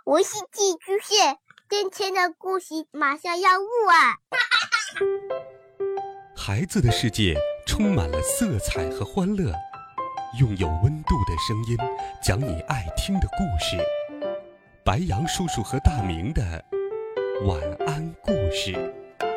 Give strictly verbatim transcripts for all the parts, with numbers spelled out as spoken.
我是寄居蟹，今天的故事马上要录啊！ 孩子的世界充满了色彩和欢乐，用有温度的声音讲你爱听的故事。白杨叔叔和大明的晚安故事。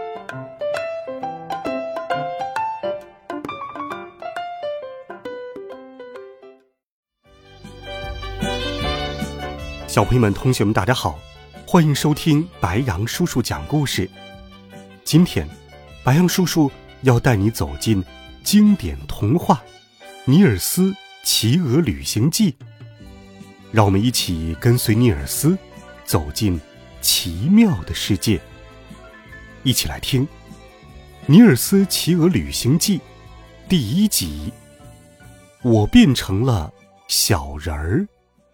小朋友们、同学们，大家好，欢迎收听白杨叔叔讲故事。今天，白杨叔叔要带你走进经典童话《尼尔斯骑鹅旅行记》，让我们一起跟随尼尔斯走进奇妙的世界。一起来听《尼尔斯骑鹅旅行记》第一集，我变成了小人儿。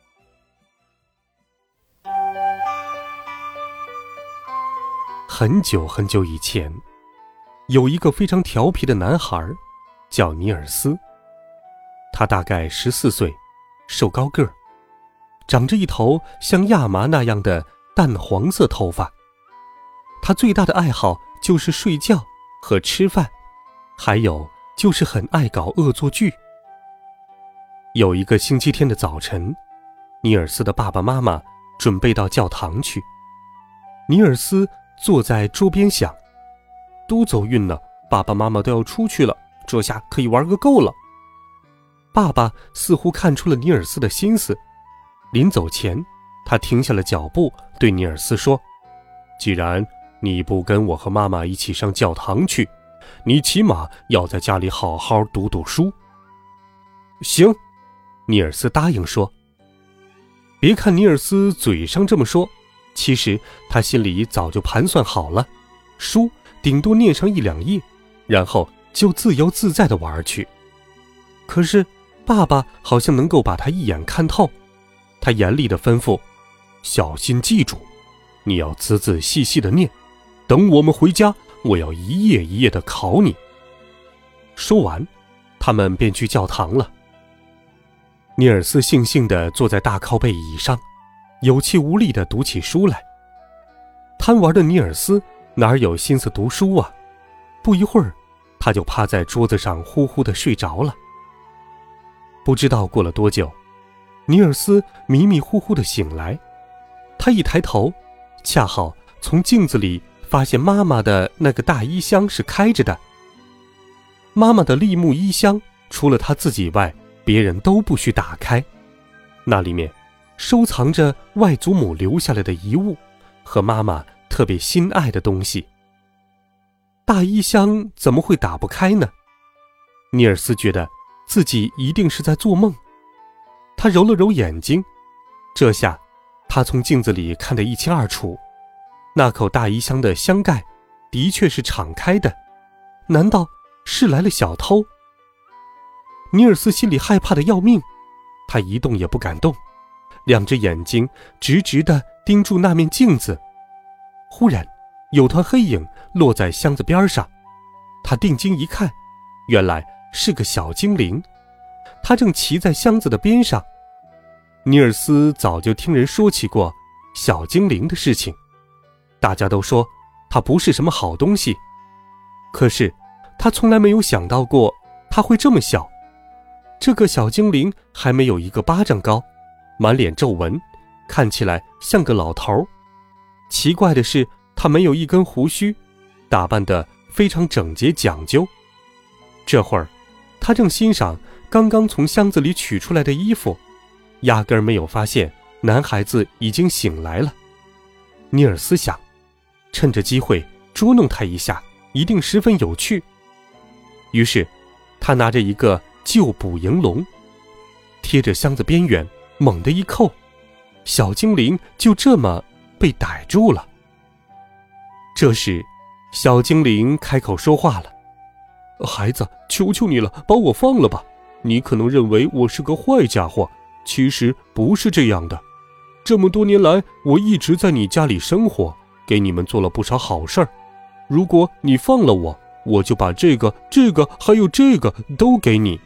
很久很久以前，有一个非常调皮的男孩，叫尼尔斯。他大概十四岁，瘦高个儿，长着一头像亚麻那样的淡黄色头发。他最大的爱好就是睡觉和吃饭，还有就是很爱搞恶作剧。有一个星期天的早晨，尼尔斯的爸爸妈妈准备到教堂去。尼尔斯坐在桌边想，都走运了，爸爸妈妈都要出去了，这下可以玩个够了。爸爸似乎看出了尼尔斯的心思，临走前，他停下了脚步，对尼尔斯说：既然你不跟我和妈妈一起上教堂去，你起码要在家里好好读读书。行，尼尔斯答应说。别看尼尔斯嘴上这么说，其实他心里早就盘算好了，书顶多念上一两页，然后就自由自在地玩去。可是爸爸好像能够把他一眼看透，他严厉地吩咐：小心记住，你要仔仔细细地念，等我们回家，我要一页一页地考你。说完，他们便去教堂了。尼尔斯悻悻地坐在大靠背椅上，有气无力地读起书来。贪玩的尼尔斯哪有心思读书啊？不一会儿，他就趴在桌子上呼呼地睡着了。不知道过了多久，尼尔斯迷迷糊糊地醒来。他一抬头，恰好从镜子里发现妈妈的那个大衣箱是开着的。妈妈的栗木衣箱，除了他自己外，别人都不许打开。那里面收藏着外祖母留下来的遗物和妈妈特别心爱的东西。大衣箱怎么会打不开呢？尼尔斯觉得自己一定是在做梦。他揉了揉眼睛，这下他从镜子里看得一清二楚，那口大衣箱的箱盖的确是敞开的，难道是来了小偷？尼尔斯心里害怕得要命，他一动也不敢动，两只眼睛直直地盯住那面镜子。忽然有团黑影落在箱子边上，他定睛一看，原来是个小精灵，他正骑在箱子的边上。尼尔斯早就听人说起过小精灵的事情，大家都说他不是什么好东西，可是他从来没有想到过他会这么小。这个小精灵还没有一个巴掌高，满脸皱纹，看起来像个老头。奇怪的是，他没有一根胡须，打扮得非常整洁讲究。这会儿，他正欣赏刚刚从箱子里取出来的衣服，压根儿没有发现男孩子已经醒来了。尼尔斯想，趁着机会捉弄他一下，一定十分有趣。于是，他拿着一个旧捕蝇笼，贴着箱子边缘猛地一扣，小精灵就这么被逮住了。这时小精灵开口说话了：孩子，求求你了，把我放了吧，你可能认为我是个坏家伙，其实不是这样的。这么多年来，我一直在你家里生活，给你们做了不少好事儿。如果你放了我，我就把这个这个还有这个都给你。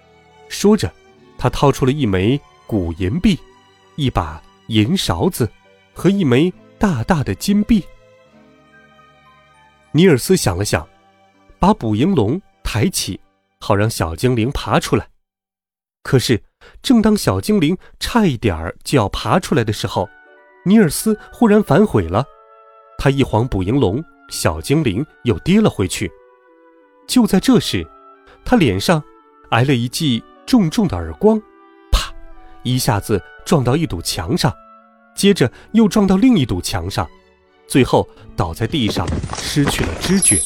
说着，他掏出了一枚古银币，一把银勺子和一枚大大的金币。尼尔斯想了想，把捕蝇笼抬起，好让小精灵爬出来。可是正当小精灵差一点儿就要爬出来的时候，尼尔斯忽然反悔了，他一晃捕蝇笼，小精灵又跌了回去。就在这时，他脸上挨了一记重重的耳光，啪，一下子撞到一堵墙上，接着又撞到另一堵墙上，最后倒在地上失去了知觉。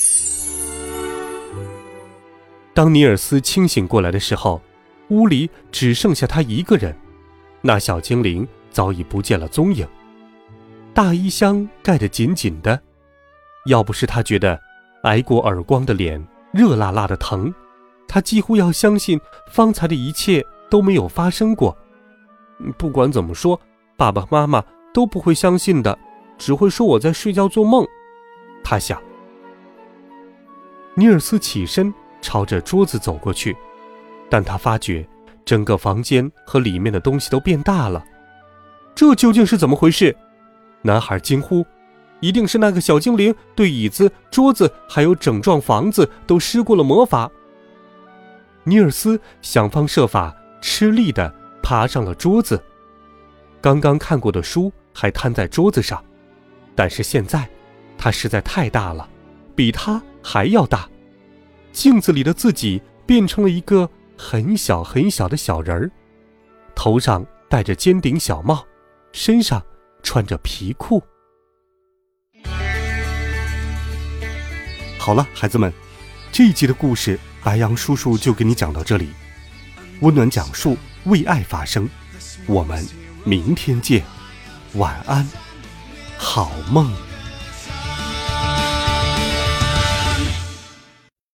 当尼尔斯清醒过来的时候，屋里只剩下他一个人，那小精灵早已不见了踪影。大衣箱盖得紧紧的，要不是他觉得挨过耳光的脸热辣辣的疼，他几乎要相信方才的一切都没有发生过。不管怎么说，爸爸妈妈都不会相信的，只会说我在睡觉做梦，他想。尼尔斯起身朝着桌子走过去，但他发觉整个房间和里面的东西都变大了。这究竟是怎么回事？男孩惊呼，一定是那个小精灵对椅子、桌子还有整幢房子都施过了魔法。尼尔斯想方设法吃力地爬上了桌子，刚刚看过的书还摊在桌子上，但是现在它实在太大了，比它还要大。镜子里的自己变成了一个很小很小的小人儿，头上戴着尖顶小帽，身上穿着皮裤。 好了，孩子们，这一集的故事白羊叔叔就给你讲到这里。温暖讲述，为爱发声，我们明天见，晚安，好梦。